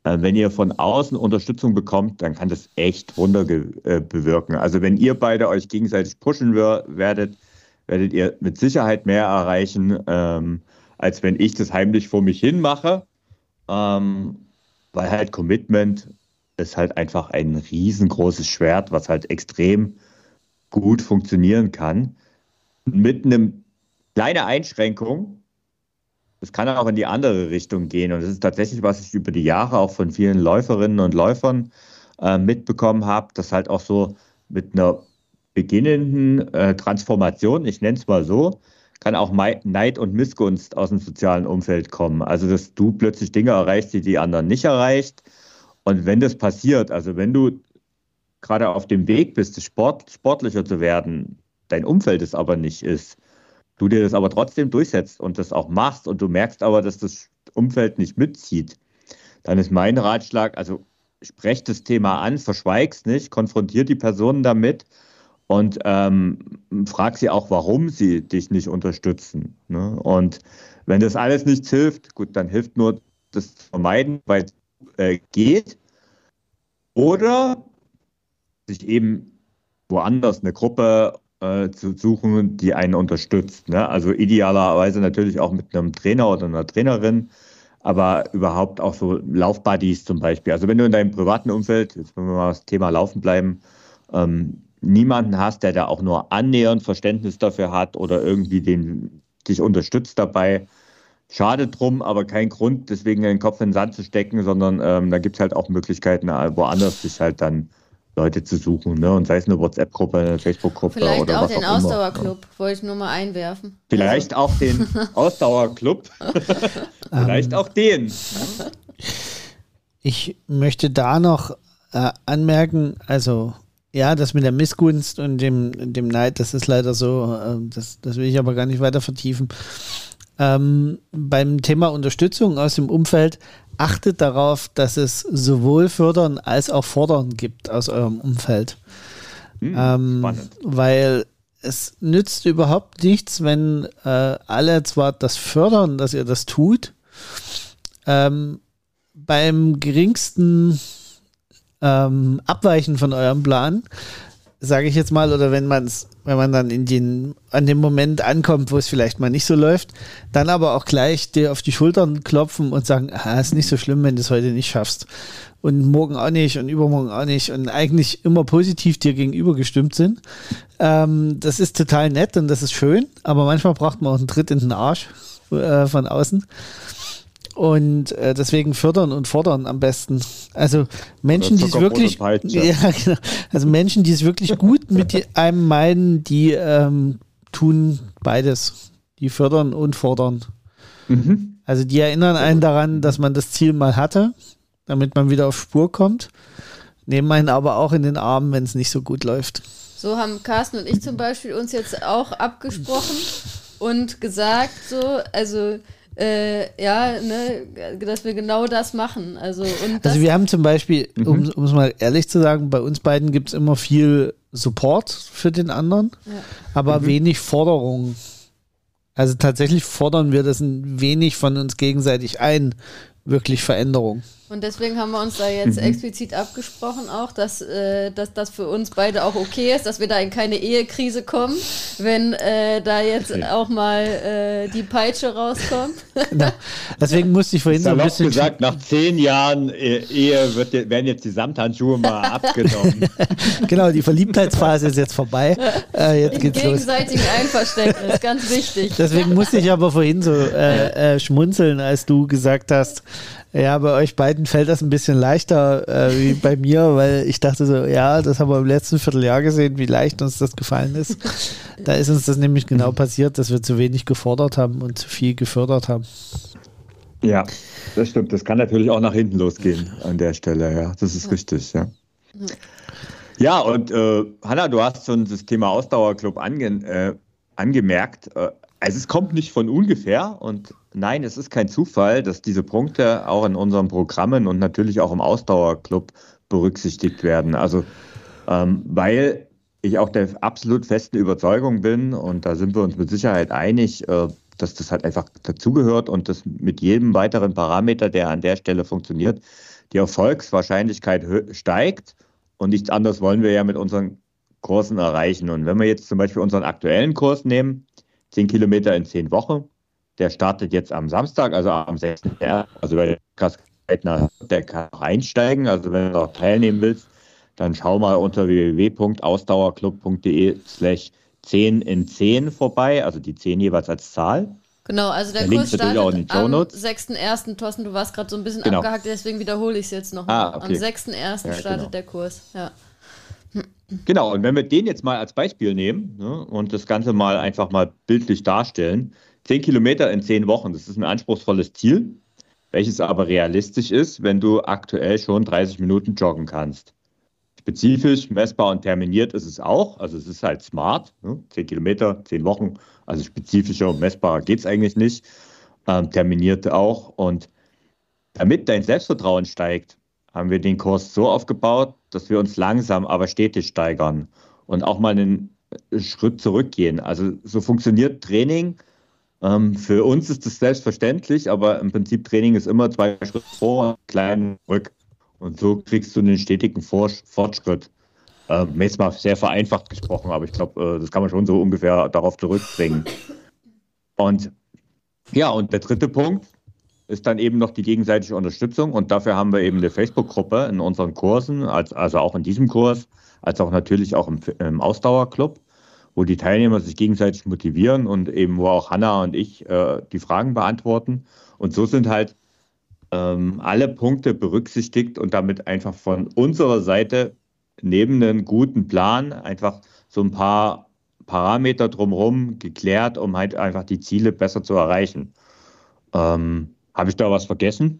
äh, wenn ihr von außen Unterstützung bekommt, dann kann das echt Wunder äh, bewirken. Also wenn ihr beide euch gegenseitig pushen wir, werdet, werdet ihr mit Sicherheit mehr erreichen, ähm, als wenn ich das heimlich vor mich hin mache. Ähm, weil halt Commitment ist halt einfach ein riesengroßes Schwert, was halt extrem gut funktionieren kann. Mit einem kleinen Einschränkung, es kann auch in die andere Richtung gehen. Und das ist tatsächlich, was ich über die Jahre auch von vielen Läuferinnen und Läufern äh, mitbekommen habe, dass halt auch so mit einer beginnenden äh, Transformation, ich nenne es mal so, kann auch Neid und Missgunst aus dem sozialen Umfeld kommen. Also, dass du plötzlich Dinge erreichst, die die anderen nicht erreicht. Und wenn das passiert, also wenn du gerade auf dem Weg bist, Sport, sportlicher zu werden, dein Umfeld es aber nicht ist, du dir das aber trotzdem durchsetzt und das auch machst und du merkst aber, dass das Umfeld nicht mitzieht, dann ist mein Ratschlag, also sprech das Thema an, verschweig's nicht, konfrontier die Personen damit und ähm, frag sie auch, warum sie dich nicht unterstützen. Ne? Und wenn das alles nichts hilft, gut, dann hilft nur das zu vermeiden, weil es äh, geht. Oder sich eben woanders eine Gruppe äh, zu suchen, die einen unterstützt. Ne? Also idealerweise natürlich auch mit einem Trainer oder einer Trainerin, aber überhaupt auch so Laufbuddies zum Beispiel. Also wenn du in deinem privaten Umfeld, jetzt wenn wir mal das Thema Laufen bleiben, ähm, niemanden hast, der da auch nur annähernd Verständnis dafür hat oder irgendwie den, dich unterstützt dabei, schade drum, aber kein Grund, deswegen den Kopf in den Sand zu stecken, sondern ähm, da gibt es halt auch Möglichkeiten, woanders sich halt dann Leute zu suchen, ne? Und sei es eine WhatsApp-Gruppe, eine Facebook-Gruppe Vielleicht oder auch was den auch immer. Ausdauerclub, ja. Wollte ich nur mal einwerfen. Vielleicht also. auch den Ausdauerclub. Vielleicht auch den. Ich möchte da noch äh, anmerken, also ja, das mit der Missgunst und dem, dem Neid, das ist leider so, äh, das, das will ich aber gar nicht weiter vertiefen. Ähm, beim Thema Unterstützung aus dem Umfeld, achtet darauf, dass es sowohl Fördern als auch Fordern gibt aus eurem Umfeld. Hm, ähm, spannend. Weil es nützt überhaupt nichts, wenn äh, alle zwar das fördern, dass ihr das tut, ähm, beim geringsten ähm, Abweichen von eurem Plan, sage ich jetzt mal, oder wenn man es, wenn man dann in den, an dem Moment ankommt, wo es vielleicht mal nicht so läuft, dann aber auch gleich dir auf die Schultern klopfen und sagen, ah, ist nicht so schlimm, wenn du es heute nicht schaffst. Und morgen auch nicht und übermorgen auch nicht und eigentlich immer positiv dir gegenüber gestimmt sind. Ähm, das ist total nett und das ist schön, aber manchmal braucht man auch einen Tritt in den Arsch äh, von außen. Und äh, deswegen fördern und fordern am besten. Also Menschen, die es wirklich, ja, genau. Also Menschen, die es wirklich gut mit einem meinen, die ähm, tun beides. Die fördern und fordern. Mhm. Also die erinnern einen daran, dass man das Ziel mal hatte, damit man wieder auf Spur kommt. Nehmen einen aber auch in den Arm, wenn es nicht so gut läuft. So haben Carsten und ich zum Beispiel uns jetzt auch abgesprochen und gesagt, so, also Äh, ja, ne, dass wir genau das machen. Also, und das also wir haben zum Beispiel, um, um es mal ehrlich zu sagen, bei uns beiden gibt es immer viel Support für den anderen, ja. aber mhm. wenig Forderung. Also tatsächlich fordern wir das ein wenig von uns gegenseitig ein, wirklich Veränderung. Und deswegen haben wir uns da jetzt mhm. explizit abgesprochen auch, dass, äh, dass das für uns beide auch okay ist, dass wir da in keine Ehekrise kommen, wenn äh, da jetzt okay. auch mal äh, die Peitsche rauskommt. Genau. Deswegen musste ich vorhin so ein bisschen... gesagt, nach zehn Jahren Ehe wird, werden jetzt die Samthandschuhe mal abgenommen. Genau, die Verliebtheitsphase ist jetzt vorbei. Äh, jetzt geht's los. Gegenseitigen Einverständnis, ganz wichtig. Deswegen musste ich aber vorhin so äh, äh, schmunzeln, als du gesagt hast, ja, bei euch beiden fällt das ein bisschen leichter äh, wie bei mir, weil ich dachte so, ja, das haben wir im letzten Vierteljahr gesehen, wie leicht uns das gefallen ist. Da ist uns das nämlich genau passiert, dass wir zu wenig gefordert haben und zu viel gefördert haben. Ja, das stimmt. Das kann natürlich auch nach hinten losgehen an der Stelle, ja. Das ist ja. richtig, ja. Ja, und äh, Hanna, du hast schon das Thema Ausdauerclub ange, äh, angemerkt. Äh, also es kommt nicht von ungefähr und nein, es ist kein Zufall, dass diese Punkte auch in unseren Programmen und natürlich auch im Ausdauerclub berücksichtigt werden. Also ähm, weil ich auch der absolut festen Überzeugung bin, und da sind wir uns mit Sicherheit einig, äh, dass das halt einfach dazugehört und das mit jedem weiteren Parameter, der an der Stelle funktioniert, die Erfolgswahrscheinlichkeit steigt und nichts anderes wollen wir ja mit unseren Kursen erreichen. Und wenn wir jetzt zum Beispiel unseren aktuellen Kurs nehmen, zehn Kilometer in zehn Wochen, der startet jetzt am Samstag, also am sechsten März, also bei der der kann auch einsteigen, also wenn du auch teilnehmen willst, dann schau mal unter w w w punkt ausdauerclub punkt d e slash zehn in zehn vorbei, also die zehn jeweils als Zahl. Genau, also der, der Kurs startet am sechsten ersten Thorsten, du warst gerade so ein bisschen genau. abgehackt, deswegen wiederhole ich es jetzt nochmal. Ah, okay. Am sechsten ersten ja, startet genau. der Kurs, ja. Genau, und wenn wir den jetzt mal als Beispiel nehmen, ne, und das Ganze mal einfach mal bildlich darstellen, zehn Kilometer in zehn Wochen, das ist ein anspruchsvolles Ziel, welches aber realistisch ist, wenn du aktuell schon dreißig Minuten joggen kannst. Spezifisch, messbar und terminiert ist es auch, also es ist halt smart, ne, zehn Kilometer, zehn Wochen, also spezifischer und messbarer geht es eigentlich nicht, ähm, terminiert auch. Und damit dein Selbstvertrauen steigt, haben wir den Kurs so aufgebaut, dass wir uns langsam, aber stetig steigern und auch mal einen Schritt zurückgehen. Also so funktioniert Training. Ähm, für uns ist das selbstverständlich, aber im Prinzip Training ist immer zwei Schritte vor, und klein zurück. Und so kriegst du einen stetigen vor Fortschritt. Ähm, jetzt mal sehr vereinfacht gesprochen, aber ich glaube, äh, das kann man schon so ungefähr darauf zurückbringen. Und ja, und der dritte Punkt ist dann eben noch die gegenseitige Unterstützung. Und dafür haben wir eben eine Facebook-Gruppe in unseren Kursen, als, also auch in diesem Kurs, als auch natürlich auch im, im Ausdauerclub, wo die Teilnehmer sich gegenseitig motivieren und eben wo auch Hanna und ich äh, die Fragen beantworten. Und so sind halt ähm, alle Punkte berücksichtigt und damit einfach von unserer Seite neben einem guten Plan einfach so ein paar Parameter drumherum geklärt, um halt einfach die Ziele besser zu erreichen. Ähm, Habe ich da was vergessen?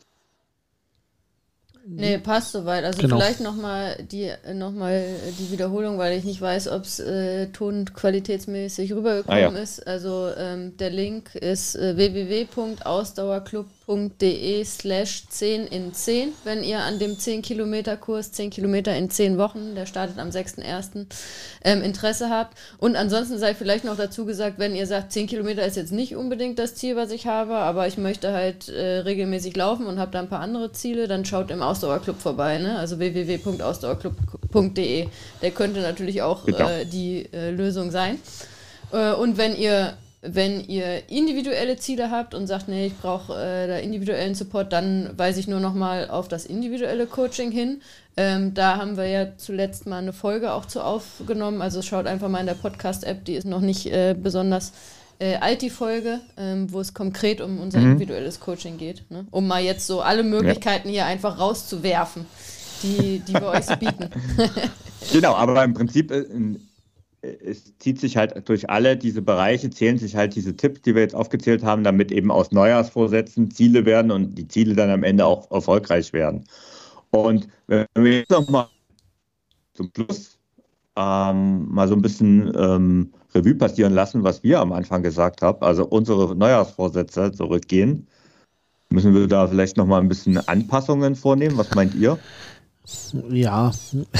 Nee, passt soweit. Also genau. Vielleicht nochmal die, noch mal die Wiederholung, weil ich nicht weiß, ob es äh, tonqualitätsmäßig rübergekommen ah, ja. ist. Also ähm, der Link ist äh, w w w punkt ausdauerclub punkt d e slash zehn in zehn, wenn ihr an dem zehn Kilometer Kurs, zehn Kilometer in zehn Wochen, der startet am sechsten ersten Ähm, Interesse habt. Und ansonsten sei vielleicht noch dazu gesagt, wenn ihr sagt, zehn Kilometer ist jetzt nicht unbedingt das Ziel, was ich habe, aber ich möchte halt äh, regelmäßig laufen und habe da ein paar andere Ziele, dann schaut im Ausdauerclub vorbei, ne? Also w w w punkt ausdauerclub punkt d e. Der könnte natürlich auch äh, die äh, Lösung sein. Äh, und wenn ihr Wenn ihr individuelle Ziele habt und sagt, nee, ich brauche äh, da individuellen Support, dann weise ich nur noch mal auf das individuelle Coaching hin. Ähm, da haben wir ja zuletzt mal eine Folge auch zu aufgenommen. Also schaut einfach mal in der Podcast-App, die ist noch nicht äh, besonders äh, alt, die Folge, ähm, wo es konkret um unser mhm. individuelles Coaching geht. Ne? Um mal jetzt so alle Möglichkeiten ja. hier einfach rauszuwerfen, die, die wir euch bieten. Genau, aber im Prinzip in es zieht sich halt durch alle diese Bereiche, zählen sich halt diese Tipps, die wir jetzt aufgezählt haben, damit eben aus Neujahrsvorsätzen Ziele werden und die Ziele dann am Ende auch erfolgreich werden. Und wenn wir jetzt nochmal zum Schluss ähm, mal so ein bisschen ähm, Revue passieren lassen, was wir am Anfang gesagt haben, also unsere Neujahrsvorsätze zurückgehen, müssen wir da vielleicht nochmal ein bisschen Anpassungen vornehmen. Was meint ihr? Ja,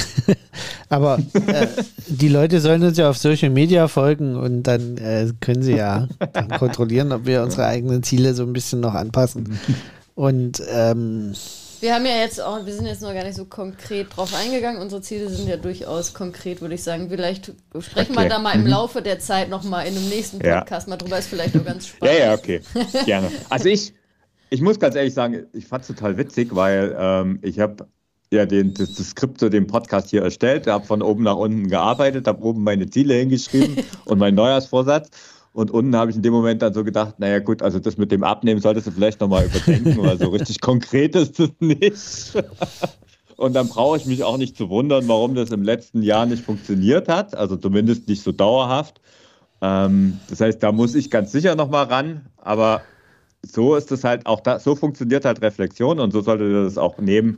aber äh, die Leute sollen uns ja auf Social Media folgen und dann äh, können sie ja dann kontrollieren, ob wir unsere eigenen Ziele so ein bisschen noch anpassen. Und ähm, wir haben ja jetzt auch, wir sind jetzt noch gar nicht so konkret drauf eingegangen. Unsere Ziele sind ja durchaus konkret, würde ich sagen. Vielleicht sprechen okay. wir da mal im Laufe der Zeit nochmal in einem nächsten Podcast ja. mal drüber. Ist vielleicht auch ganz spannend. Ja, ja, okay. Gerne. Also ich, ich muss ganz ehrlich sagen, ich fand es total witzig, weil ähm, ich habe ja, den, das, das Skript zu dem Podcast hier erstellt, habe von oben nach unten gearbeitet, habe oben meine Ziele hingeschrieben und meinen Neujahrsvorsatz. Und unten habe ich in dem Moment dann so gedacht, naja gut, also das mit dem Abnehmen solltest du vielleicht nochmal überdenken, weil so richtig konkret ist das nicht. Und dann brauche ich mich auch nicht zu wundern, warum das im letzten Jahr nicht funktioniert hat, also zumindest nicht so dauerhaft. Ähm, das heißt, da muss ich ganz sicher nochmal ran, aber so ist es halt auch, da, so funktioniert halt Reflexion und so solltet ihr das auch nehmen.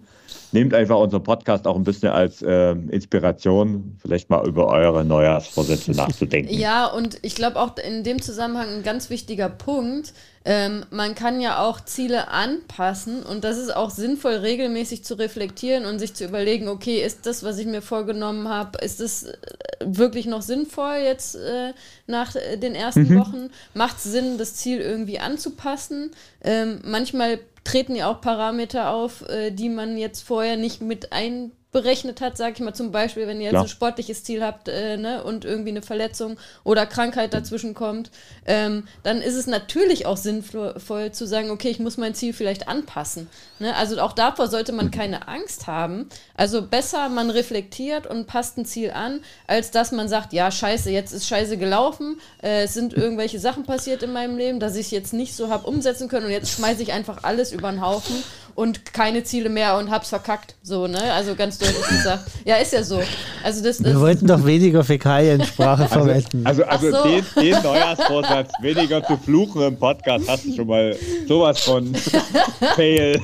nehmt einfach unseren Podcast auch ein bisschen als äh, Inspiration, vielleicht mal über eure Neujahrsvorsätze nachzudenken. Ja, und ich glaube auch in dem Zusammenhang ein ganz wichtiger Punkt, ähm, man kann ja auch Ziele anpassen und das ist auch sinnvoll, regelmäßig zu reflektieren und sich zu überlegen, okay, ist das, was ich mir vorgenommen habe, ist das wirklich noch sinnvoll jetzt äh, nach äh, den ersten mhm. Wochen? Macht es Sinn, das Ziel irgendwie anzupassen? Ähm, manchmal treten ja auch Parameter auf, äh, die man jetzt vorher nicht mit einberechnet hat, sage ich mal, zum Beispiel, wenn ihr jetzt Klar. ein sportliches Ziel habt äh, ne, und irgendwie eine Verletzung oder Krankheit dazwischen kommt, ähm, dann ist es natürlich auch sinnvoll zu sagen, okay, ich muss mein Ziel vielleicht anpassen. Ne? Also auch davor sollte man keine Angst haben. Also besser, man reflektiert und passt ein Ziel an, als dass man sagt, ja, scheiße, jetzt ist scheiße gelaufen, äh, es sind irgendwelche Sachen passiert in meinem Leben, dass ich es jetzt nicht so habe umsetzen können und jetzt schmeiße ich einfach alles über den Haufen und keine Ziele mehr und hab's verkackt. So, ne? Also ganz deutlich gesagt. Ja, ist ja so. Also das, das Wir wollten doch weniger Fäkaliensprache also, verwenden. Also, also so. den, den Neujahrsvorsatz, weniger zu fluchen im Podcast, hast du schon mal sowas von Fail.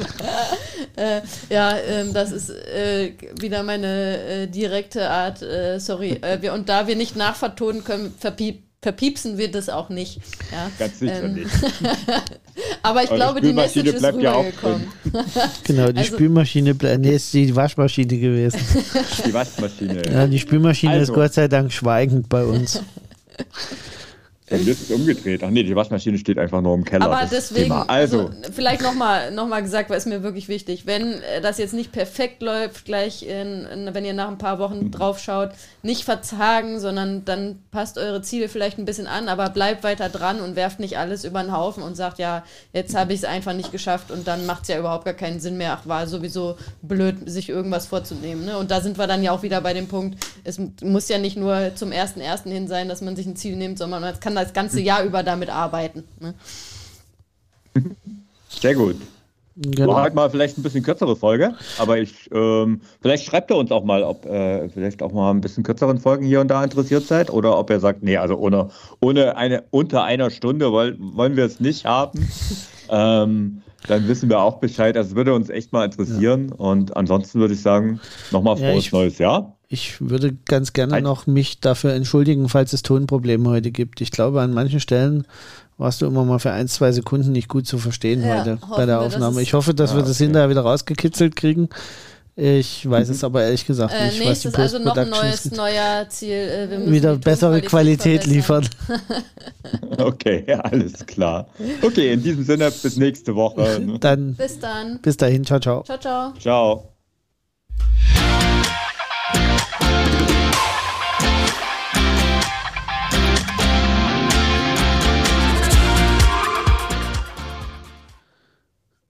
äh, ja, ähm, das ist äh, wieder meine äh, direkte Art, äh, sorry. Äh, wir, und da wir nicht nachvertonen können, verpiept. Verpiepsen wir das auch nicht. Ja. Ganz sicher ähm. nicht. Aber ich Aber glaube, die Message ist bleibt ja auch rübergekommen. Genau, die also, Spülmaschine, nee, ist die Waschmaschine gewesen. Die Waschmaschine. Ja, die Spülmaschine also. ist Gott sei Dank schweigend bei uns. Und jetzt ist es umgedreht. Ach nee, die Waschmaschine steht einfach nur im Keller. Aber deswegen, also, also vielleicht nochmal noch mal gesagt, weil es mir wirklich wichtig, wenn das jetzt nicht perfekt läuft, gleich, in, in, wenn ihr nach ein paar Wochen drauf schaut, nicht verzagen, sondern dann passt eure Ziele vielleicht ein bisschen an, aber bleibt weiter dran und werft nicht alles über den Haufen und sagt, ja, jetzt habe ich es einfach nicht geschafft und dann macht es ja überhaupt gar keinen Sinn mehr. Ach, war sowieso blöd, sich irgendwas vorzunehmen. Ne? Und da sind wir dann ja auch wieder bei dem Punkt, es muss ja nicht nur zum ersten ersten hin sein, dass man sich ein Ziel nimmt, sondern man kann das ganze Jahr über damit arbeiten. Ne? Sehr gut. Genau. War halt mal vielleicht ein bisschen kürzere Folge, aber ich, ähm, vielleicht schreibt ihr uns auch mal, ob äh, vielleicht auch mal ein bisschen kürzeren Folgen hier und da interessiert seid oder ob ihr sagt, nee, also ohne, ohne eine, unter einer Stunde wollen, wollen wir es nicht haben. ähm, dann wissen wir auch Bescheid. Das würde uns echt mal interessieren. Ja. Und ansonsten würde ich sagen, nochmal frohes ja, ich, neues Jahr. Ich würde ganz gerne Ein- noch mich dafür entschuldigen, falls es Tonprobleme heute gibt. Ich glaube, an manchen Stellen warst du immer mal für ein, zwei Sekunden nicht gut zu verstehen ja, heute bei der Aufnahme. Wir, ich hoffe, dass ja, wir das okay. hinterher wieder rausgekitzelt kriegen. Ich weiß mhm. es aber ehrlich gesagt äh, nicht. Nächstes was die also noch ein neues neuer Ziel. Äh, wir müssen wieder bessere Qualität liefern. Okay, ja, alles klar. Okay, in diesem Sinne, bis nächste Woche. Dann, bis dann. Bis dahin, ciao, ciao. Ciao, ciao. Ciao.